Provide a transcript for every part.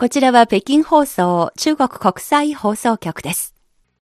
こちらは北京放送中国国際放送局です。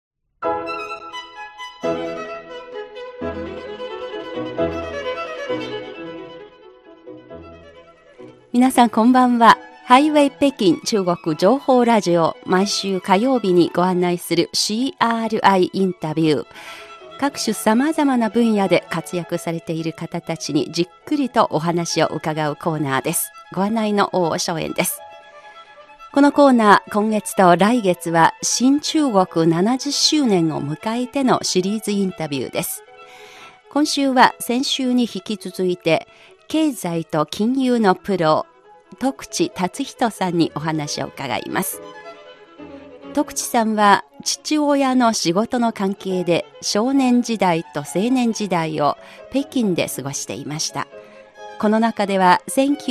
皆さんこんばんは。ハイウェイ北京中国情報ラジオ、毎週火曜日にご案内する CRI インタビュー。各種様々な分野で活躍されている方たちにじっくりとお話を伺うコーナーです。ご案内の王正円です。このコーナー、今月と来月は新中国70周年を迎えてのシリーズインタビューです。今週は先週に引き続いて、経済と金融のプロ、徳地達人さんにお話を伺います。徳地さんは父親の仕事の関係で少年時代と青年時代を北京で過ごしていました。この中では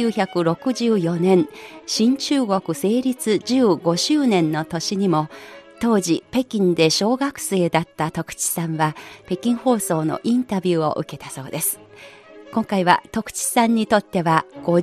1964年、新中国成立15周年の年にも、当時北京で小学生だった徳地さんは北京放送のインタビューを受けたそうです。今回は徳地さんにとっては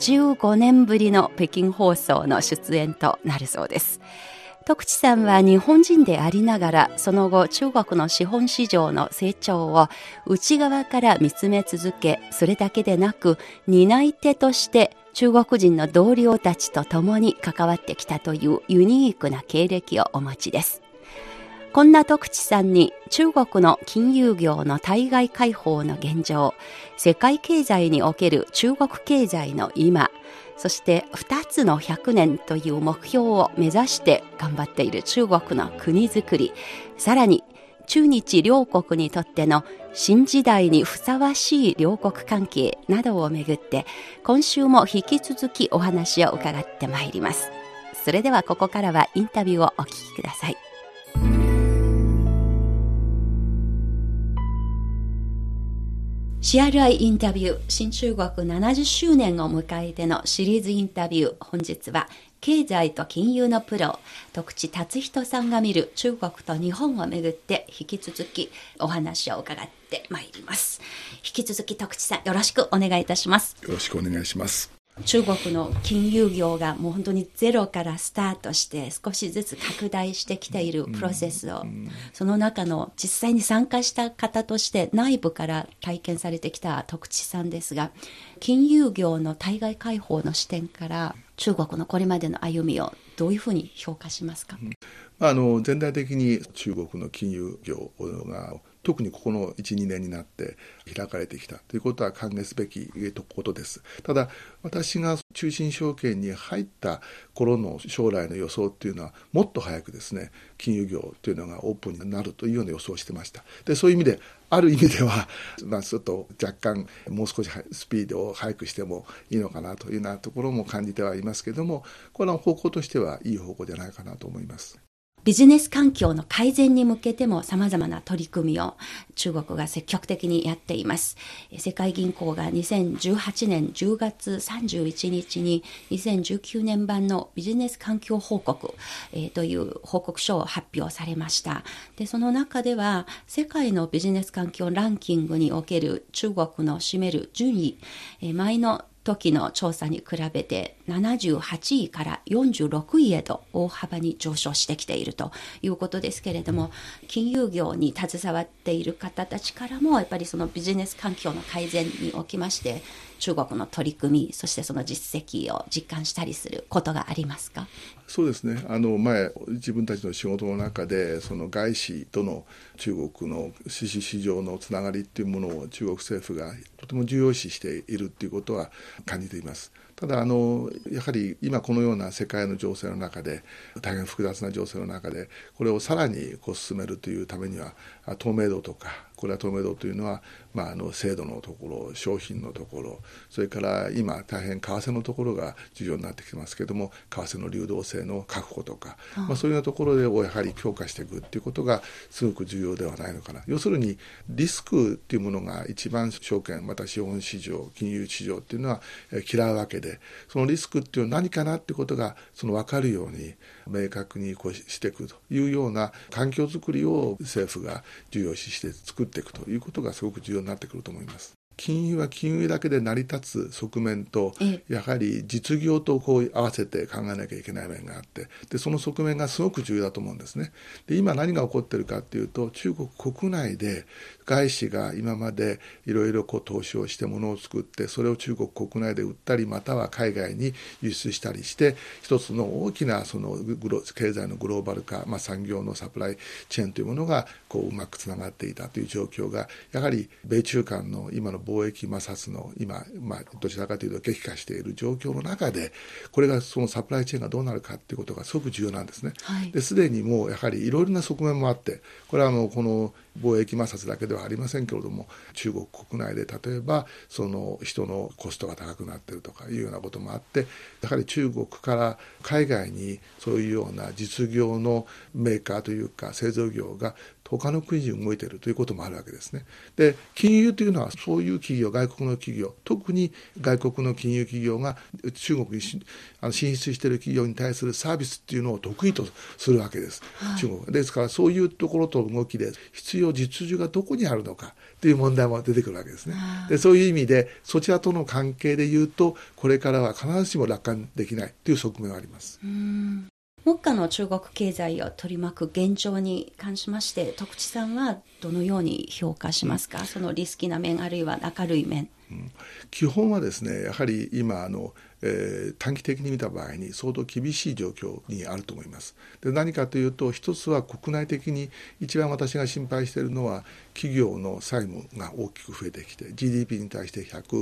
55年ぶりの北京放送の出演となるそうです。徳地さんは日本人でありながら、その後中国の資本市場の成長を内側から見つめ続け、それだけでなく担い手として中国人の同僚たちと共に関わってきたというユニークな経歴をお持ちです。こんな徳地さんに中国の金融業の対外開放の現状、世界経済における中国経済の今、そして2つの100年という目標を目指して頑張っている中国の国づくり、さらに中日両国にとっての新時代にふさわしい両国関係などをめぐって、今週も引き続きお話を伺ってまいります。それではここからはインタビューをお聞きください。CRI インタビュー、新中国70周年を迎えてのシリーズインタビュー。本日は経済と金融のプロ、徳地達人さんが見る中国と日本をめぐって引き続きお話を伺ってまいります。引き続き徳地さん、よろしくお願いいたします。 よろしくお願いします。 中国の金融業がもう本当にゼロからスタートして少しずつ拡大してきているプロセスを、その中の実際に参加した方として内部から体験されてきた徳地さんですが、金融業の対外開放の視点から中国のこれまでの歩みをどういうふうに評価しますか？ 全体的に中国の金融業が特にここの 1,2 年になって開かれてきたということは歓迎すべきことです。ただ私が中信証券に入った頃の将来の予想っていうのはもっと早くですね、金融業というのがオープンになるというような予想をしてました。でそういう意味である意味では、ちょっと若干もう少しスピードを速くしてもいいのかなというようなところも感じてはいますけれども、この方向としてはいい方向じゃないかなと思います。 ビジネス環境の改善に向けても様々な取り組みを中国が積極的にやっています。世界銀行が2018年10月31日に2019年版のビジネス環境報告、という報告書を発表されました。で、その中では世界のビジネス環境ランキングにおける中国の占める順位、前の時の調査に比べて78位から46位へと大幅に上昇してきているということですけれども、金融業に携わっている方たちからもやっぱりそのビジネス環境の改善におきまして中国の取り組み、そしてその実績を実感したりすることがありますか？ そうですね。前自分たちの仕事の中でその外資との中国の市場のつながりっていうものを中国政府がとても重要視しているっていうことは感じています。ただやはり今このような世界の情勢の中で、大変複雑な情勢の中でこれをさらに進めるというためには透明度とか、これは透明度というのは、制度のところ、商品のところ、それから今大変為替のところが重要になってきてますけれども、為替の流動性の確保とか、そういうようなところをやはり強化していくということがすごく重要ではないのかな。要するにリスクというものが一番証券、また資本市場、金融市場というのは嫌うわけで、そのリスクっていうのは何かなということが分かるように明確にしていくというような環境づくりを政府が重要視して作っていくということがすごく重要になってくると思います。 金融は金融だけで成り立つ側面と、やはり実業とこう合わせて考えなきゃいけない面があって、でその側面がすごく重要だと思うんですね。で今何が起こっているかというと、中国国内で外資が今までいろいろ投資をして物を作って、それを中国国内で売ったり、または海外に輸出したりして、一つの大きなその経済のグローバル化、産業のサプライチェーンというものがうまくつながっていたという状況が、やはり米中間の今の貿易摩擦の今、どちらかというと激化している状況の中で、これがそのサプライチェーンがどうなるかということがすごく重要なんですね。ですでにもうやはりいろいろな側面もあって、これはこの貿易摩擦だけではありませんけれども、中国国内で例えばその人のコストが高くなっているとかいうようなこともあって、やはり中国から海外にそういうような実業のメーカーというか製造業が他の国に動いているということもあるわけですね。で、金融というのはそういう企業、外国の企業、特に外国の金融企業が中国に進出している企業に対するサービスっていうのを得意とするわけです。中国ですから、そういうところと動きで必要実需がどこにあるのかという問題も出てくるわけですね。で、そういう意味でそちらとの関係でいうと、これからは必ずしも楽観できないという側面があります。 目下の中国経済を取り巻く現状に関しまして、徳地さんはどのように評価しますか？そのリスキーな面、あるいは明るい面。 基本はですね、やはり今短期的に見た場合に相当厳しい状況にあると思います。で、何かというと、一つは国内的に一番私が心配しているのは、企業の債務が大きく増えてきて GDP に対して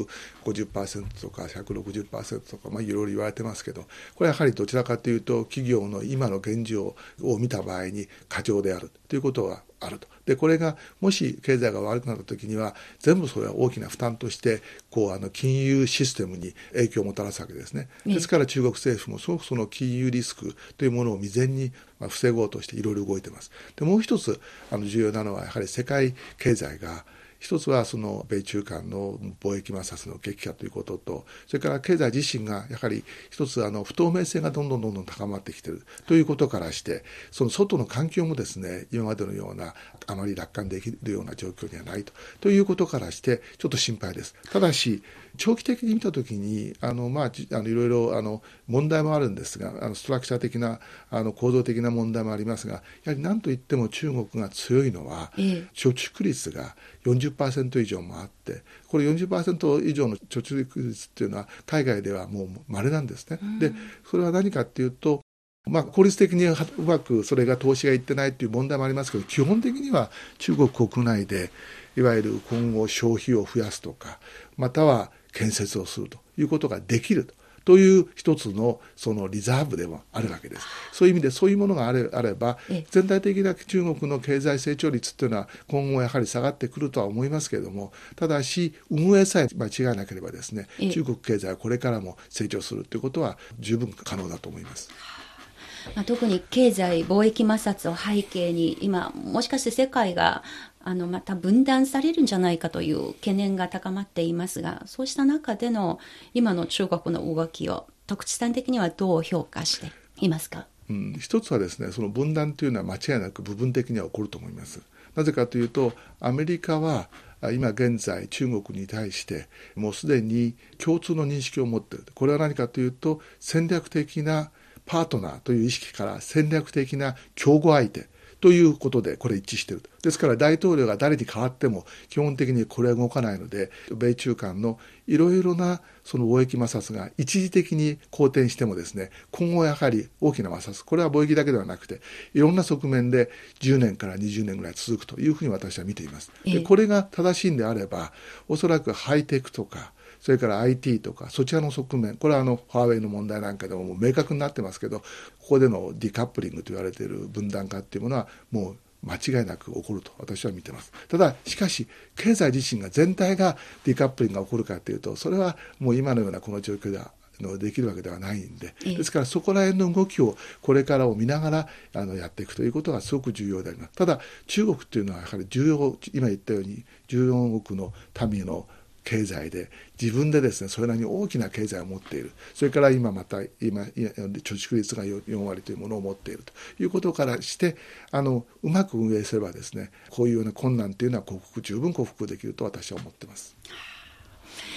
150% とか 160% とか、いろいろ言われてますけど、これはやはりどちらかというと企業の今の現状を見た場合に過剰であるということはあると。で、これがもし経済が悪くなったときには、全部それは大きな負担として金融システムに影響をもたらすわけですね。ですから中国政府もすごくその金融リスクというものを未然に防ごうとしていろいろ動いています。で、もう一つ重要なのは、やはり世界経済が一つはその米中間の貿易摩擦の激化ということと、それから経済自身がやはり一つ不透明性がどんどん高まってきているということからして、その外の環境もですね、今までのようなあまり楽観できるような状況にはないということからしてちょっと心配です。ただし長期的に見たときにいろいろ問題もあるんですが、ストラクチャー的な構造的な問題もありますが、やはり何といっても中国が強いのは、貯蓄率が40% 以上もあって、これ 40% 以上の貯蓄率っていうのは海外ではもう稀なんですね。で、それは何かっていうと、効率的にうまくそれが投資がいってないという問題もありますけど、基本的には中国国内でいわゆる今後消費を増やすとか、または建設をするということができるという一つのそのリザーブでもあるわけです。そういう意味でそういうものがあれば、全体的な中国の経済成長率というのは今後やはり下がってくるとは思いますけれども、ただし運営さえ間違いなければですね、中国経済はこれからも成長するということは十分可能だと思います。 特に経済貿易摩擦を背景に、今もしかして世界がまた分断されるんじゃないかという懸念が高まっていますが、そうした中での今の中国の動きを徳地さん的にはどう評価していますか？ 一つはですね、その分断というのは間違いなく部分的には起こると思います。なぜかというと、アメリカは今現在中国に対してもうすでに共通の認識を持っている。これは何かというと、戦略的なパートナーという意識から戦略的な競合相手ということでこれ一致している。ですから大統領が誰に変わっても基本的にこれは動かないので、米中間のいろいろなその貿易摩擦が一時的に好転してもですね、今後やはり大きな摩擦、これは貿易だけではなくていろんな側面で10年から20年ぐらい続くというふうに私は見ています。で、これが正しいんであれば、おそらくハイテクとかそれから IT とかそちらの側面、これはファーウェイの問題なんかでももう明確になってますけど、ここでのディカップリングと言われている分断化っていうものはもう間違いなく起こると私は見ています。ただしかし経済自身が全体がディカップリングが起こるかというと、それはもう今のようなこの状況ではできるわけではないんで、ですからそこら辺の動きをこれからを見ながらやっていくということがすごく重要であります。ただ中国というのはやはり今言ったように14億の民の経済で自分でですね、それなりに大きな経済を持っている。それから今貯蓄率が4割というものを持っているということからして、うまく運営すればですね、こういうような困難というのは十分克服できると私は思っています。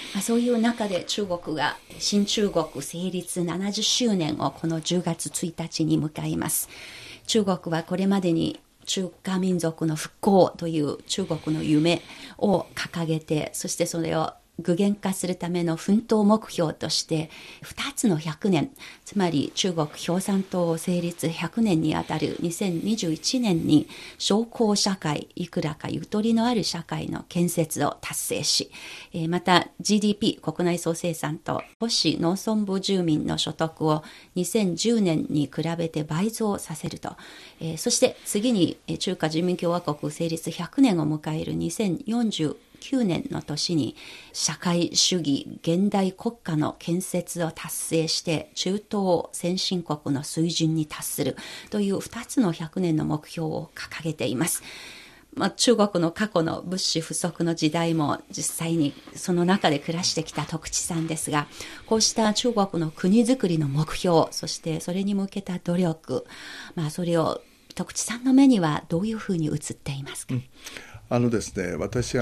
そういう中で中国が新中国成立70周年をこの10月1日に迎えます。中国はこれまでに中華民族の復興という中国の夢を掲げて、そしてそれを具現化するための奮闘目標として2つの100年、つまり中国共産党成立100年にあたる2021年に小康社会、いくらかゆとりのある社会の建設を達成し、また GDP 国内総生産と都市農村部住民の所得を2010年に比べて倍増させると、そして次に中華人民共和国成立100年を迎える2049年の年に社会主義現代国家の建設を達成して中東先進国の水準に達するという2つの100年の目標を掲げています。中国の過去の物資不足の時代も実際にその中で暮らしてきた徳地さんですが、こうした中国の国づくりの目標、そしてそれに向けた努力、それを徳地さんの目にはどういうふうに映っていますか？ ですね、私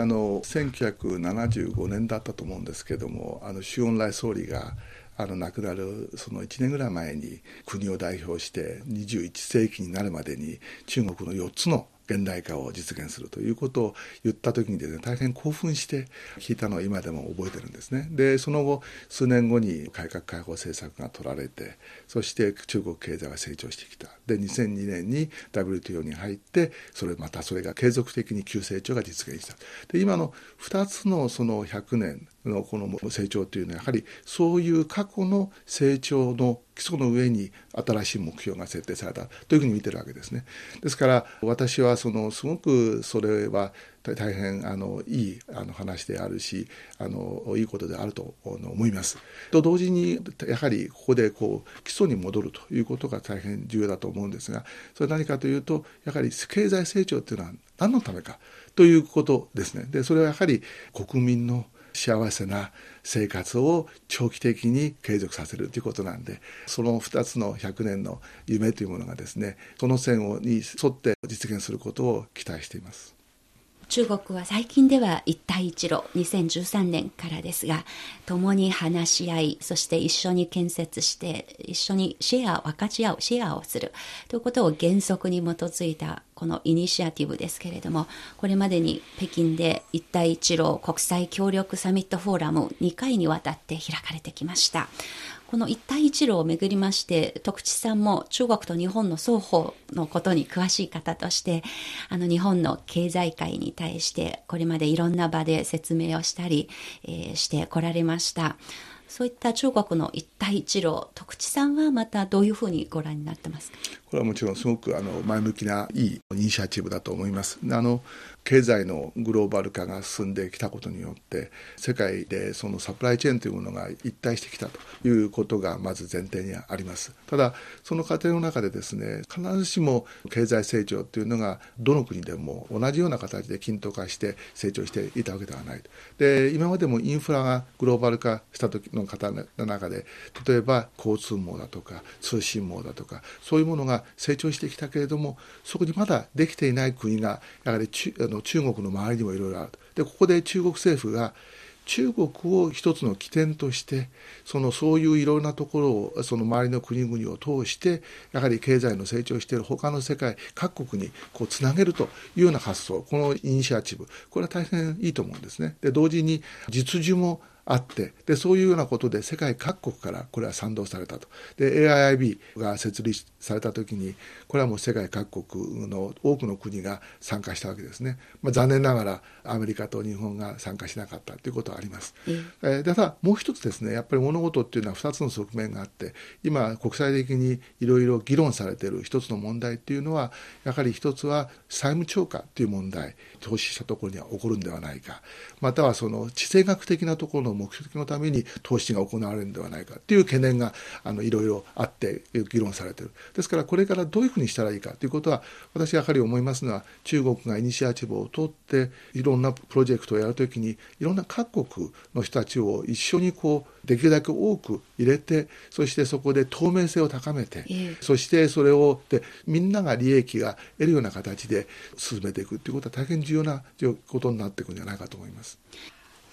1975年だったと思うんですけども、周恩来総理が亡くなるその1年ぐらい前に国を代表して21世紀になるまでに中国の4つの現代化を実現するということを言った時にですね、大変興奮して聞いたのを今でも覚えてるんですね。でその後数年後に改革開放政策が取られて、そして中国経済が成長してきた。で2002年に WTO に入って、それが継続的に急成長が実現した。で今の2つのその100年のこの成長というのは、やはりそういう過去の成長の基礎の上に新しい目標が設定されたというふうに見てるわけですね。ですから私はすごくそれは大変いい話であるし、いいことであると思います。と同時にやはりここで基礎に戻るということが大変重要だと思うんですが、それは何かというと、やはり経済成長というのは何のためかということですね。でそれはやはり国民の幸せな生活を長期的に継続させるということなんで、その2つの100年の夢というものがですね、その線に沿って実現することを期待しています。 中国は最近では一帯一路2013年からですが、共に話し合い、そして一緒に建設して一緒に分かち合うシェアをするということを原則に基づいたこのイニシアティブですけれども、これまでに北京で一帯一路国際協力サミットフォーラム2回にわたって開かれてきました。この一帯一路をめぐりまして、徳地さんも中国と日本の双方のことに詳しい方として、日本の経済界に対してこれまでいろんな場で説明をしたり、してこられました。そういった中国の一帯一路、徳地さんはまたどういうふうにご覧になってますか？ これはもちろんすごく前向きないいイニシアチブだと思います。経済のグローバル化が進んできたことによって、世界でそのサプライチェーンというものが一体してきたということがまず前提にあります。ただその過程の中でですね、必ずしも経済成長というのがどの国でも同じような形で均等化して成長していたわけではない。で今までもインフラがグローバル化した時の方の中で、例えば交通網だとか通信網だとか、そういうものが成長してきたけれども、そこにまだできていない国がやはり中国の周りにもいろいろある。でここで中国政府が中国を一つの起点として、そういういろんなところをその周りの国々を通して、やはり経済の成長している他の世界各国につなげるというような発想、このイニシアチブ、これは大変いいと思うんですね。で同時に実需もあって、でそういうようなことで世界各国からこれは賛同されたと。で AIIB が設立された時に、これはもう世界各国の多くの国が参加したわけですね。残念ながらアメリカと日本が参加しなかったということはあります。ただもう一つですね、やっぱり物事っていうのは2つの側面があって、今国際的にいろいろ議論されている一つの問題っていうのは、やはり一つは債務超過という問題、投資したところには起こるんではないか、またはその地政学的なところの目的のために投資が行われるのではないかという懸念がいろいろあって議論されている。ですからこれからどういうふうにしたらいいかということは、私はやはり思いますのは、中国がイニシアチブを取っていろんなプロジェクトをやるときに、いろんな各国の人たちを一緒にできるだけ多く入れて、そしてそこで透明性を高めて、そしてそれをみんなが利益が得るような形で進めていくということは大変重要なことになっていくんじゃないかと思います。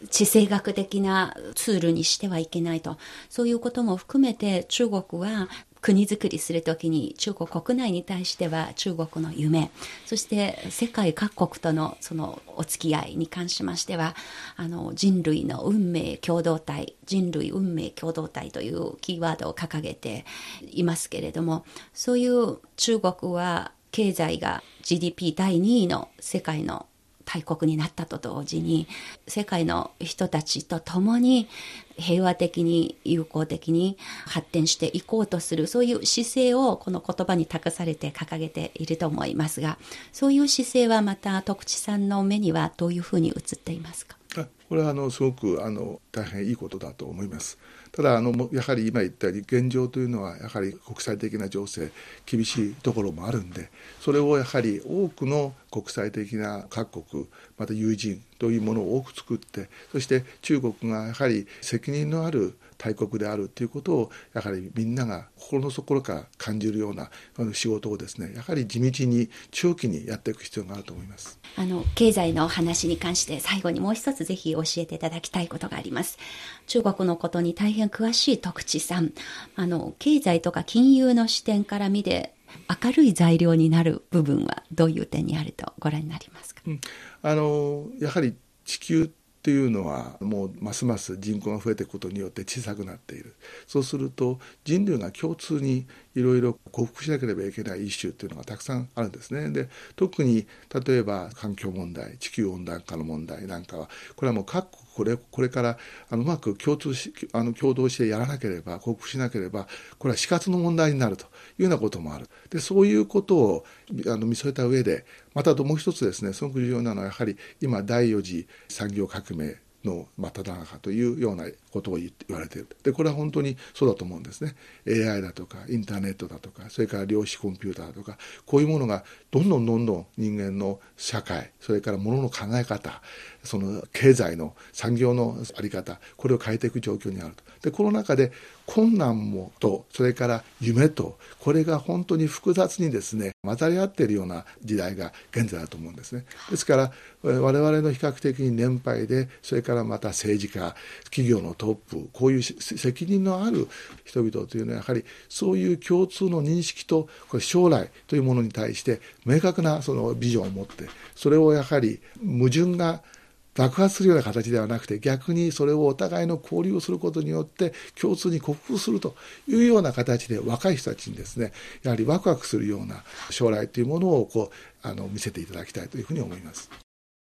地政学的なツールにしてはいけないと、そういうことも含めて中国は国づくりするときに中国国内に対しては中国の夢、そして世界各国とのそのお付き合いに関しましては、人類の運命共同体、人類運命共同体というキーワードを掲げていますけれども、そういう中国は経済が GDP 第2位の世界の大国になったと同時に、世界の人たちと共に平和的に友好的に発展していこうとする、そういう姿勢をこの言葉に託されて掲げていると思いますが、そういう姿勢はまた徳地さんの目にはどういうふうに映っていますか？ これはすごく大変いいことだと思います。ただやはり今言ったように現状というのはやはり国際的な情勢厳しいところもあるんで、それをやはり多くの国際的な各国また友人というものを多く作って、そして中国がやはり責任のある大国であるということをやはりみんなが心の底から感じるような仕事をですね、やはり地道に長期にやっていく必要があると思います。 経済の話に関して最後にもう一つぜひ教えていただきたいことがあります。中国のことに大変詳しい徳地さん、経済とか金融の視点から見て明るい材料になる部分はどういう点にあるとご覧になりますか？ やはり地球っていうのはもうますます人口が増えていくことによって小さくなっている。そうすると人類が共通にいろいろ克服しなければいけないイシューっていうのがたくさんあるんですね。で、特に例えば環境問題、地球温暖化の問題なんかは、これはもう各国これからうまく共同してやらなければ、克服しなければ、これは死活の問題になるというようなこともある。で、そういうことを見据えた上で、またもう一つですね、すごく重要なのはやはり今第4次産業革命の真っただ中というようなことを言われている。で、これは本当にそうだと思うんですね。AI だとかインターネットだとか、それから量子コンピューターだとか、こういうものがどんどん人間の社会、それから物の考え方、その経済の産業のあり方、これを変えていく状況にあると。で、この中で困難もと、それから夢と、これが本当に複雑にですね混ざり合っているような時代が現在だと思うんですね。ですから我々の比較的に年配で、それからまた政治家、企業のトップ、こういう責任のある人々というのはやはりそういう共通の認識と、これ将来というものに対して明確なそのビジョンを持って、それをやはり矛盾が爆発するような形ではなくて、逆にそれをお互いの交流をすることによって共通に克服するというような形で、若い人たちにですね、やはりワクワクするような将来というものを見せていただきたいというふうに思います。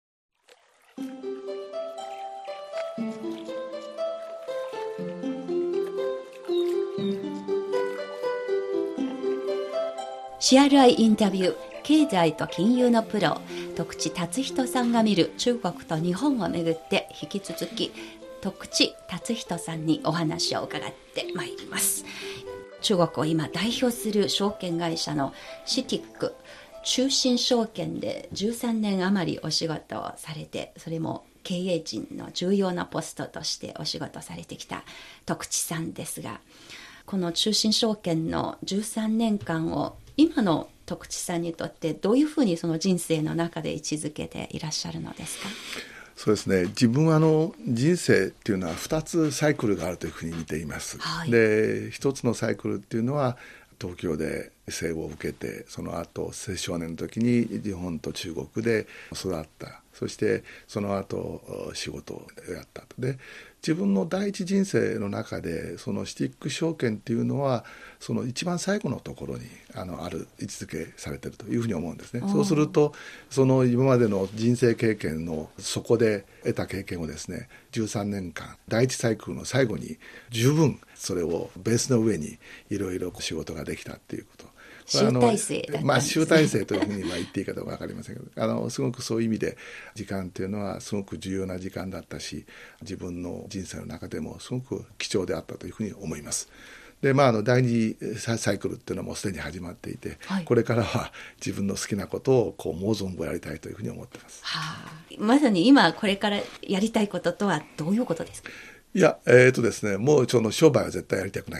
CRI インタビュー、経済と金融のプロ、徳地達人さんが見る中国と日本をめぐって、引き続き徳地達人さんにお話を伺ってまいります。中国を今代表する証券会社のシティック中信証券で13年余りお仕事をされて、それも経営陣の重要なポストとしてお仕事されてきた徳地さんですが、この中信証券の13年間を今の徳地さんにとってどういうふうにその人生の中で位置づけていらっしゃるのですか？ そうですね、自分は人生っていうのは2つサイクルがあるというふうに見ています、はい、で1つのサイクルっていうのは東京で生を受けて、その後青少年の時に日本と中国で育った。そしてその後仕事をやったと。で、自分の第一人生の中でそのシティック証券っていうのはその一番最後のところにある位置づけされているというふうに思うんですね。そうするとその今までの人生経験の底で得た経験をですね、13年間第一サイクルの最後に十分それをベースの上にいろいろ仕事ができたっていうこと。 集大成だったんですね。 集大成というふうに言っていいかどうか分かりませんけど、すごくそういう意味で時間というのはすごく重要な時間だったし、自分の人生の中でもすごく貴重であったというふうに思います。で、第二サイクルっていうのはもうすでに始まっていて、はい、これからは自分の好きなことを思う存分やりたいというふうに思っています。 まさに今これからやりたいこととはどういうことですか？ いや、ですね、もうその商売は絶対やりたくないと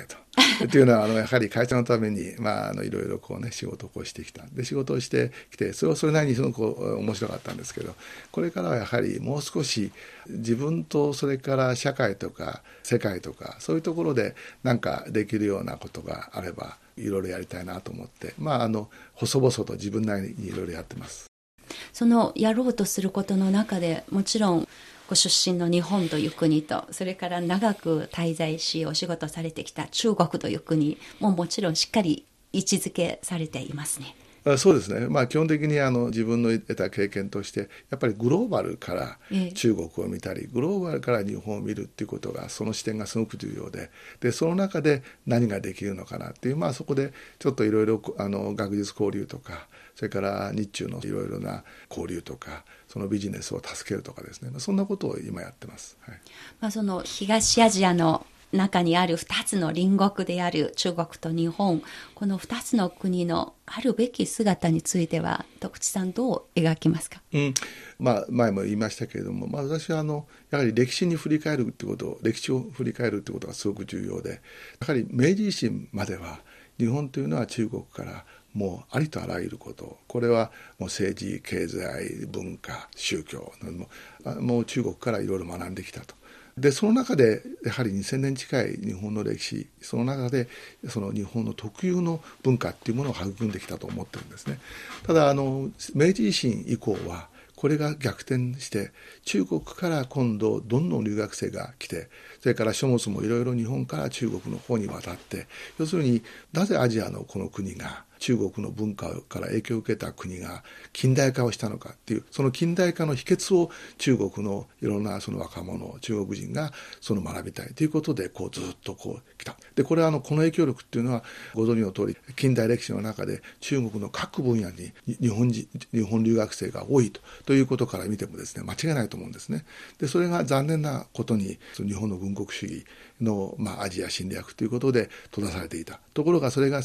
というのはやはり会社のために、いろいろ仕事をしてきた。で仕事をしてきて、それなりにすごく面白かったんですけど、これからはやはりもう少し自分とそれから社会とか世界とかそういうところでなんかできるようなことがあればいろいろやりたいなと思って、細々と自分なりにいろいろやってます。 そのやろうとすることの中で、もちろんご出身の日本という国と、それから長く滞在しお仕事されてきた中国という国ももちろんしっかり位置づけされていますね。 そうですね、基本的に自分の得た経験としてやっぱりグローバルから中国を見たり、グローバルから日本を見るっていうことが、その視点がすごく重要で、その中で何ができるのかなっていう、そこでちょっといろいろ学術交流とか、それから日中のいろいろな交流とか、そのビジネスを助けるとかですね、そんなことを今やってます。はい。 その東アジアの中にある2つの隣国である中国と日本、この2つの国のあるべき姿については徳地さんどう描きますか？ 前も言いましたけれども、私はやはり歴史を振り返るってことがすごく重要で、やはり明治維新までは日本というのは中国からもうありとあらゆること、これはもう政治、経済、文化、宗教もう中国からいろいろ学んできたと。でその中でやはり2000年近い日本の歴史、その中でその日本の特有の文化っていうものを育んできたと思ってるんですね。ただ明治維新以降はこれが逆転して、中国から今度どんどん留学生が来て、それから書物もいろいろ日本から中国の方に渡って、要するになぜアジアのこの国が中国の文化から影響を受けた国が近代化をしたのかっていう、その近代化の秘訣を中国のいろんなその若者、中国人がその学びたいということでずっと来た。でこれはこの影響力っていうのはご存知の通り、近代歴史の中で中国の各分野に日本留学生が多いということから見てもですね、間違いないと思うんですね。でそれが残念なことに日本の軍国主義の、アジア侵略ということで閉ざされていた。ところがそれが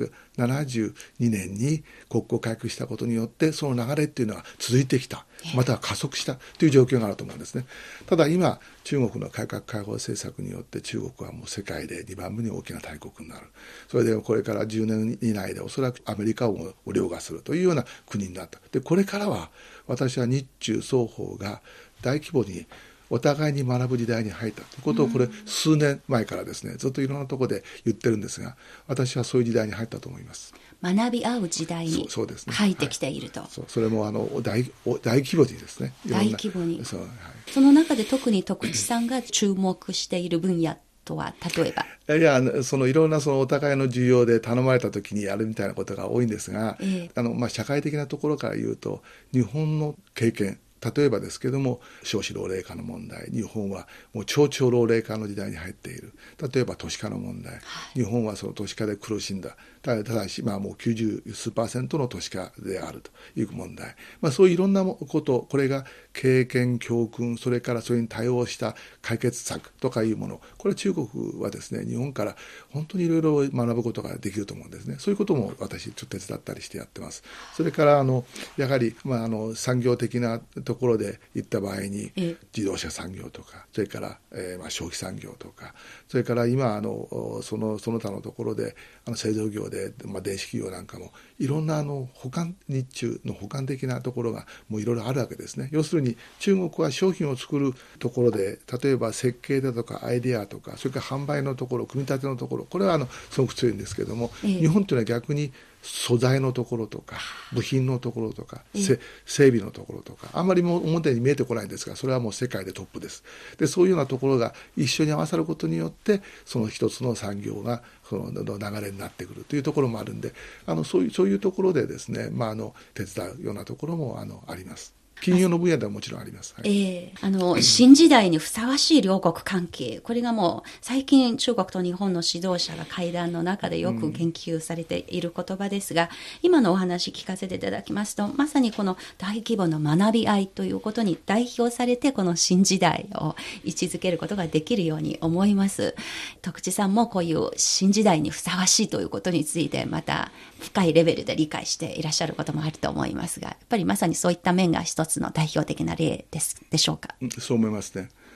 1972年に国交回復したことによって、その流れっていうのは続いてきた、または加速したという状況があると思うんですね。ただ今中国の改革開放政策によって中国はもう世界で2番目に大きな大国になる。それでこれから10年以内でおそらくアメリカを凌駕するというような国になった。でこれからは私は日中双方が大規模にお互いに学ぶ時代に入ったということを、これ数年前からですねずっといろんなところで言ってるんですが、私はそういう時代に入ったと思います。 学び合う時代に入ってきていると。 それも大規模にですね。 大規模に。その中で特に徳地さんが注目している分野とは例えば？ いろんなお互いの需要で頼まれた時にやるみたいなことが多いんですが、社会的なところから言うと、日本の経験、例えばですけども少子老齢化の問題、日本はもう超々老齢化の時代に入っている。例えば都市化の問題、日本はその都市化で苦しんだ。ただしもう90数%の都市化であるという問題、そういういろんなこと、これが経験教訓、それからそれに対応した解決策とかいうもの、これ中国はですね日本から本当にいろいろ学ぶことができると思うんですね。そういうことも私ちょっと手伝ったりしてやってます。それからやはり、産業的なところで言った場合に自動車産業とか、それから、消費産業とか、それから今その他のところで製造業で電子企業なんかもいろんな日中の補完的なところがもういろいろあるわけですね。要するに中国は商品を作るところで、例えば設計だとかアイデアとか、それから販売のところ、組み立てのところ、これはすごく強いんですけれども、日本というのは逆に素材のところとか部品のところとか、整備のところとか、あんまりも表に見えてこないんですが、それはもう世界でトップです。でそういうようなところが一緒に合わさることによって、その一つの産業がその流れになってくるというところもあるんで、そういうところでですね、手伝うようなところもあります。金融の分野ではもちろんあります。 新時代にふさわしい両国関係、これがもう最近中国と日本の指導者が会談の中でよく言及されている言葉ですが、今のお話聞かせていただきますと、まさにこの大規模な学び合いということに代表されて、この新時代を位置づけることができるように思います。徳地さんもこういう新時代にふさわしいということについてまた深いレベルで理解していらっしゃることもあると思いますが、やっぱりまさにそういった面が一つの代表的な例でしょうか？ そう思いますね。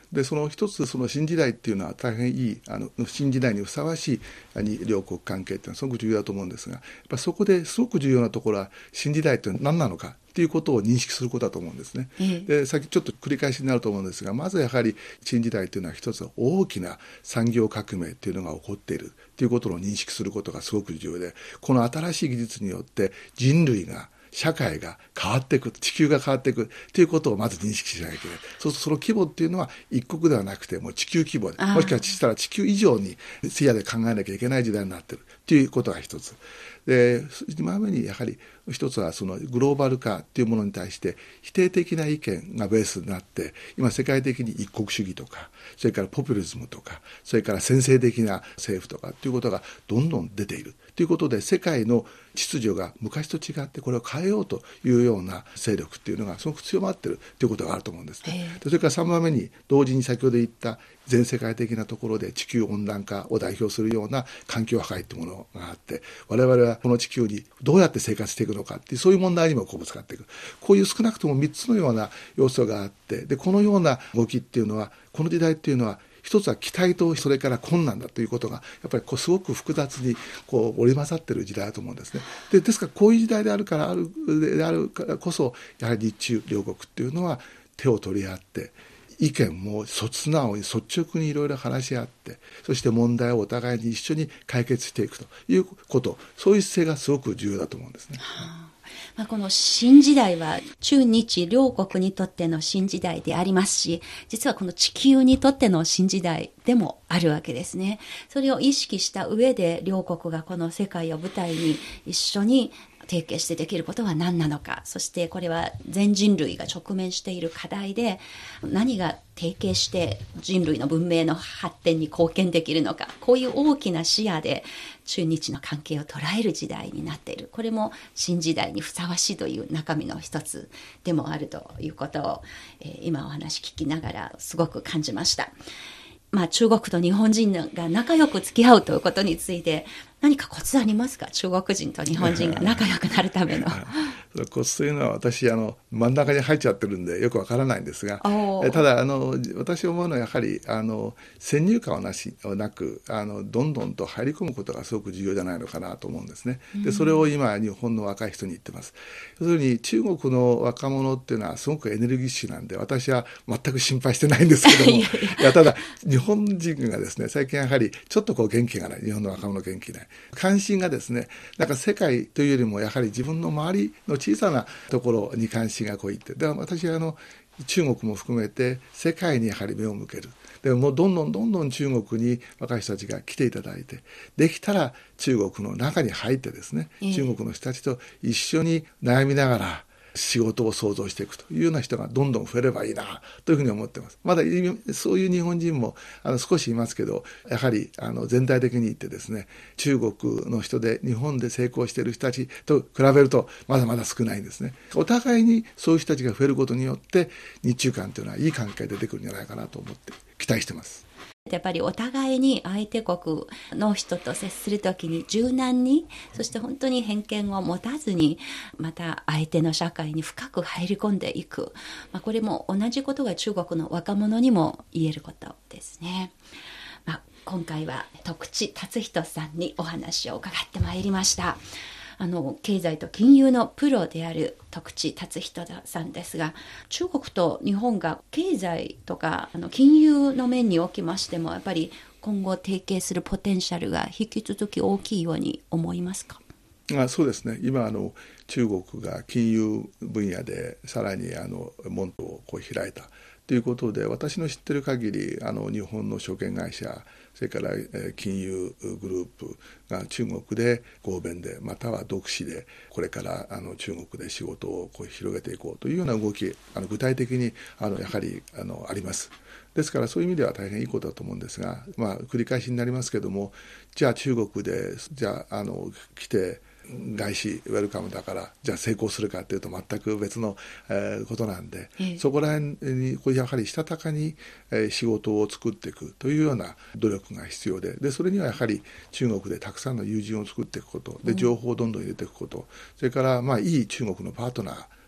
でその一つ、その新時代っていうのは大変いい新時代にふさわしい両国関係っていうのはすごく重要だと思うんですが、やっぱそこですごく重要なところは新時代っていうのは何なのかということを認識することだと思うんですね。でさっきちょっと繰り返しになると思うんですが、まずやはり新時代というのは一つ大きな産業革命というのが起こっているということを認識することがすごく重要で、この新しい技術によって人類が社会が変わっていく、地球が変わっていくということをまず認識しなきゃいけない。そうするとその規模っていうのは一国ではなくてもう地球規模で、もしかしたら地球以上に視野で考えなきゃいけない時代になっているということが一つで、2番目にやはり一つはそのグローバル化というものに対して否定的な意見がベースになって、今世界的に一国主義とか、それからポピュリズムとか、それから専制的な政府とかということがどんどん出ているということで、世界の秩序が昔と違ってこれを変えようというような勢力っていうのがすごく強まっているということがあると思うんですね。それから3番目に同時に先ほど言った全世界的なところで地球温暖化を代表するような環境破壊というものがあって、我々はこの地球にどうやって生活していくのかっていう、そういう問題にもぶつかっていく。こういう少なくとも3つのような要素があって、でこのような動きっていうのは、この時代っていうのは一つは期待とそれから困難だということがやっぱりすごく複雑に織り交ざっている時代だと思うんですね。ですからこういう時代であるからこそ、やはり日中両国っていうのは手を取り合って意見も素直に率直にいろいろ話し合って、そして問題をお互いに一緒に解決していくということ、そういう姿勢がすごく重要だと思うんですね。 この新時代は中日両国にとっての新時代でありますし、実はこの地球にとっての新時代でもあるわけですね。それを意識した上で両国がこの世界を舞台に一緒に提携してできることは何なのか、そしてこれは全人類が直面している課題で、何が提携して人類の文明の発展に貢献できるのか、こういう大きな視野で中日の関係を捉える時代になっている。これも新時代にふさわしいという中身の一つでもあるということを、今お話聞きながらすごく感じました。中国と日本人が仲良く付き合うということについて何かコツありますか？中国人と日本人が仲良くなるためのコツというのは、私真ん中に入っちゃってるんでよくわからないんですが、ただ私思うのはやはり先入観をなくどんどんと入り込むことがすごく重要じゃないのかなと思うんですね。でそれを今日本の若い人に言ってます。要するに中国の若者っていうのはすごくエネルギッシュなんで、私は全く心配してないんですけどもただ日本人がですね、最近やはりちょっと元気がない、日本の若者元気ない、関心がですね、なんか世界というよりもやはり自分の周りの小さなところに関心がいって、で私は中国も含めて世界にやはり目を向ける。でもうどんどん中国に若い人たちが来ていただいて、できたら中国の中に入ってですね、中国の人たちと一緒に悩みながら仕事を創造していくというような人がどんどん増えればいいなというふうに思っています。まだそういう日本人も少しいますけど、やはり全体的に言ってですね、中国の人で日本で成功している人たちと比べるとまだまだ少ないんですね。お互いにそういう人たちが増えることによって日中間というのはいい関係で出てくるんじゃないかなと思って期待しています。 やっぱりお互いに相手国の人と接するときに柔軟に、そして本当に偏見を持たずに、また相手の社会に深く入り込んでいく。これも同じことが中国の若者にも言えることですね。今回は徳地達人さんにお話を伺ってまいりました。経済と金融のプロである徳地達人さんですが、中国と日本が経済とか金融の面におきましても、やっぱり今後提携するポテンシャルが引き続き大きいように思いますか？ そうですね。今中国が金融分野でさらに門戸を開いたということで、私の知ってる限り日本の証券会社、それから金融グループが中国で合弁でまたは独自でこれから中国で仕事を広げていこうというような動き、具体的にやはりあります。ですからそういう意味では大変いいことだと思うんですが、繰り返しになりますけども、じゃあ中国で来て外資ウェルカムだからじゃあ成功するかというと全く別のことなんで、そこら辺にやはりしたたかに仕事を作っていくというような努力が必要で、それにはやはり中国でたくさんの友人を作っていくことで、情報をどんどん入れていくこと、それからいい中国のパートナー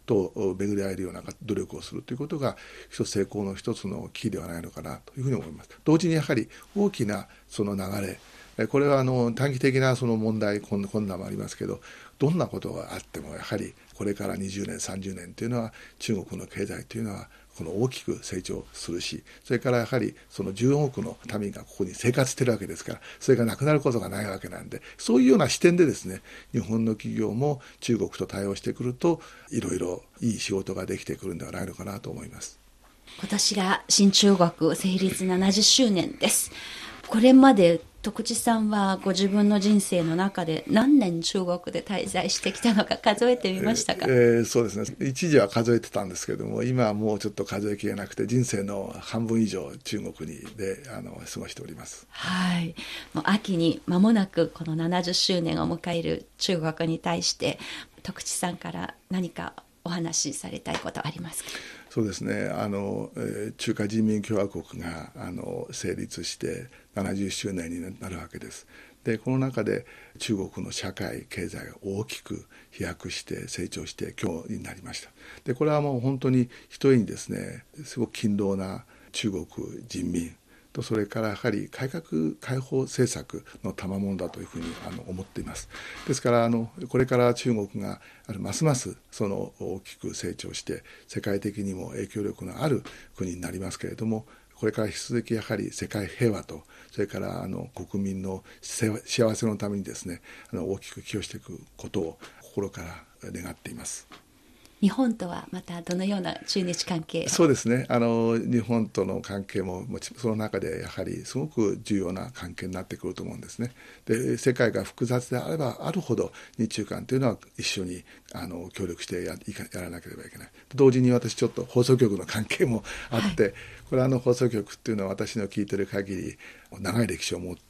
と巡り合えるような努力をするということが成功の一つのキーではないのかなというふうに思います。同時にやはり大きなその流れ、これは短期的なその問題困難もありますけど、どんなことがあってもやはりこれから20年30年というのは中国の経済というのは大きく成長するし、それからやはりその14億の民がここに生活しているわけですから、それがなくなることがないわけなんで、そういうような視点でですね、日本の企業も中国と対応してくるといろいろいい仕事ができてくるんではないのかなと思います。 今年が新中国成立70周年です。これまで徳地さんはご自分の人生の中で何年中国で滞在してきたのか数えてみましたか？ そうですね、一時は数えてたんですけども、今はもうちょっと数えきれなくて、人生の半分以上中国で過ごしております。 はい、もう秋に間もなくこの70周年を迎える中国に対して徳地さんから何かお話しされたいことはありますか？ そうですね、中華人民共和国が成立して70周年になるわけです。でこの中で中国の社会経済が大きく飛躍して成長して今日になりました。でこれはもう本当に一重にですね、すごく勤労な中国人民と、それからやはり改革開放政策の賜物だというふうに思っています。ですからこれから中国がますます大きく成長して世界的にも影響力のある国になりますけれども、これから引き続きやはり世界平和と、それから国民の幸せのためにですね、大きく寄与していくことを心から願っています。 日本とはまたどのような中日関係？ そうですね、日本との関係もその中でやはりすごく重要な関係になってくると思うんですね。で世界が複雑であればあるほど日中間というのは一緒に協力してやらなければいけない。同時に私ちょっと放送局の関係もあって、はい、これ放送局っていうのは私の聞いてる限り長い歴史を持って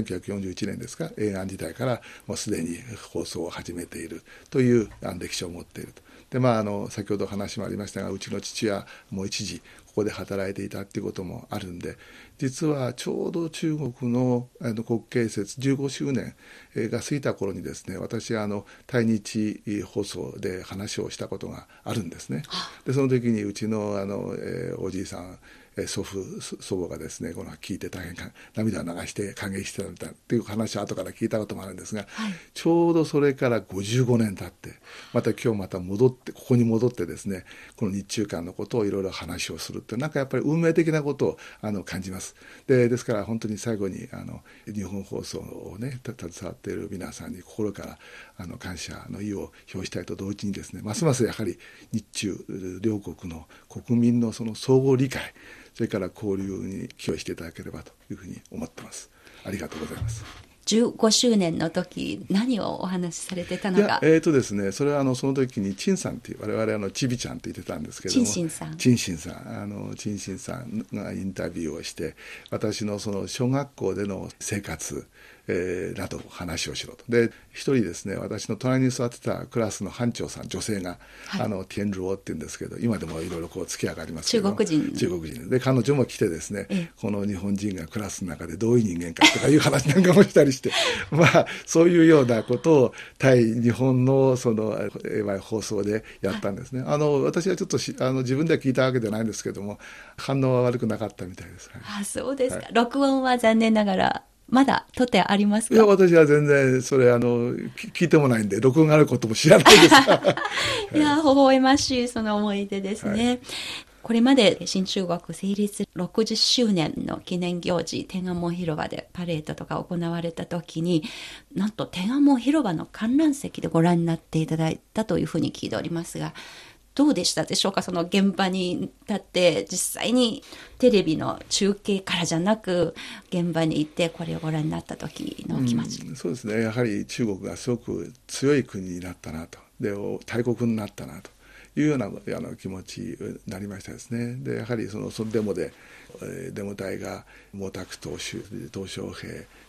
、1941年ですか、延安時代からもうすでに放送を始めているという歴史を持っていると。で先ほど話もありましたが、うちの父はもう一時ここで働いていたっていうこともあるんで、実はちょうど中国の国慶節15周年が過ぎた頃にですね、私は対日放送で話をしたことがあるんですね。でその時にうちのおじいさん祖母がですね、この聞いて大変涙を流して感激してたみたいなっていう話を後から聞いたこともあるんですが、はい、ちょうどそれから55年経ってまた今日またここに戻ってですね、この日中間のことをいろいろ話をするって、なんかやっぱり運命的なことを感じます。ですから本当に最後に日本放送をね携わっている皆さんに心から感謝の意を表したいと同時にですね、ますますやはり日中両国の国民のその相互理解、それから交流に寄与していただければというふうに思ってます。ありがとうございます。 15周年の時何をお話しされてたのか？ ですね、それはその時に陳さんっていう、我々ちびちゃんって言ってたんですけども、陳信さんがインタビューをして、私のその小学校での生活など話をしろと。で一人ですね、私の隣に座ってたクラスの班長さん、女性が、はい、ティエンルオっていうんですけど、今でもいろいろ付き合いがありますけど、中国人で、彼女も来てですね、この日本人がクラスの中でどういう人間かとかいう話なんかもしたりしてそういうようなことを対日本の放送でやったんですね。私はちょっと自分では聞いたわけじゃないんですけども、反応は悪くなかったみたいです。 はい、そうですか。はい、録音は残念ながらまだ撮ってありますか？ いや、私は全然それ聞いてもないんで、録音があることも知らないですいや、微笑ましいその思い出ですね。はい、これまで新中国成立60周年の記念行事、天安門広場でパレードとか行われた時に、なんと天安門広場の観覧席でご覧になっていただいたというふうに聞いておりますが、どうでしたでしょうか？その現場に立って実際にテレビの中継からじゃなく現場に行ってこれをご覧になった時の気持ち。 そうですね、やはり中国がすごく強い国になったなと、で大国になったなというような気持ちになりましたですね。でやはりそのデモでデモ隊が毛沢東、鄧小平、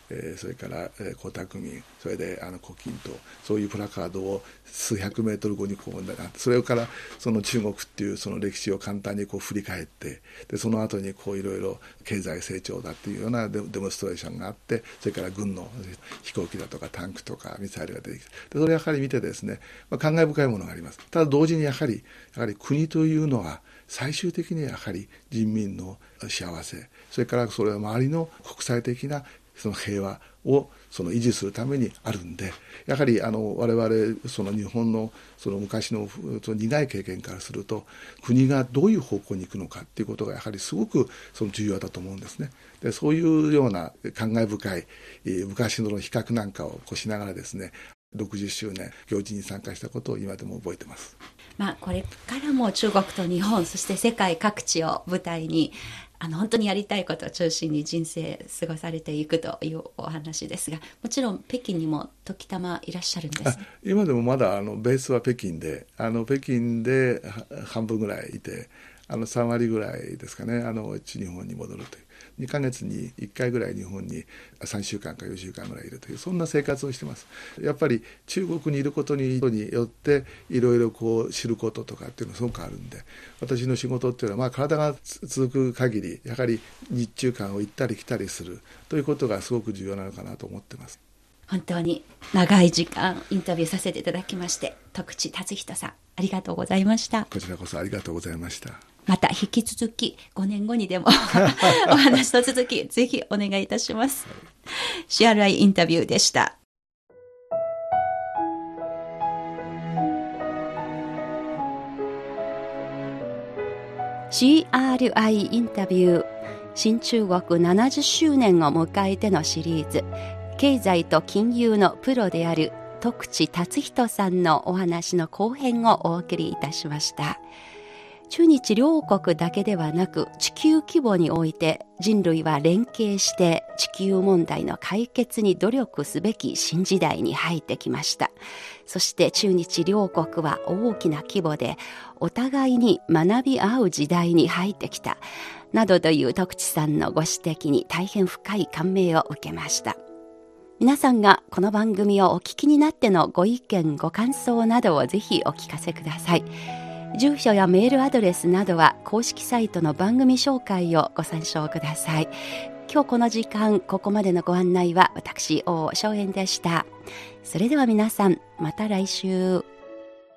それから江沢民、それで胡錦涛、そういうプラカードを数百メートル後にそれからその中国っていうその歴史を簡単に振り返って、でその後にいろいろ経済成長だっていうようなデモンストレーションがあって、それから軍の飛行機だとかタンクとかミサイルが出てきて、でそれをやはり見てですね、感慨深いものがあります。ただ同時にやはり国というのは最終的にやはり人民の幸せ、それからそれは周りの国際的なその平和を維持するためにあるんで、やはり我々その日本のその昔の苦い経験からすると、国がどういう方向に行くのかっていうことがやはりすごく重要だと思うんですね。でそういうような感慨深い昔の比較なんかをしながらですね、60周年行事に参加したことを今でも覚えてます。 これからも中国と日本、そして世界各地を舞台に本当にやりたいことを中心に人生過ごされていくというお話ですが、もちろん北京にも時たまいらっしゃるんですね。 今でもまだベースは北京で、北京で半分ぐらいいて、3割ぐらいですかね、日本に戻るという、2ヶ月に1回ぐらい日本に3週間か4週間ぐらいいるという、そんな生活をしてます。やっぱり中国にいることによっていろいろ知ることとかっていうのがすごくあるんで、私の仕事っていうのは体が続く限りやはり日中間を行ったり来たりするということがすごく重要なのかなと思ってます。 本当に長い時間インタビューさせていただきまして、徳地達人さんありがとうございました。 こちらこそありがとうございました。 また引き続き5年後にでもお話の続きぜひお願いいたします。CRI インタビューでした。CRI インタビュー、新中国70周年を迎えてのシリーズ、経済と金融のプロである徳地達人さんのお話の後編をお送りいたしました。中日両国だけではなく地球規模において人類は連携して地球問題の解決に努力すべき新時代に入ってきました。そして中日両国は大きな規模でお互いに学び合う時代に入ってきたなどという徳地さんのご指摘に大変深い感銘を受けました。皆さんがこの番組をお聞きになってのご意見ご感想などをぜひお聞かせください。住所やメールアドレスなどは公式サイトの番組紹介をご参照ください。今日この時間ここまでのご案内は私王正円でした。それでは皆さんまた来週。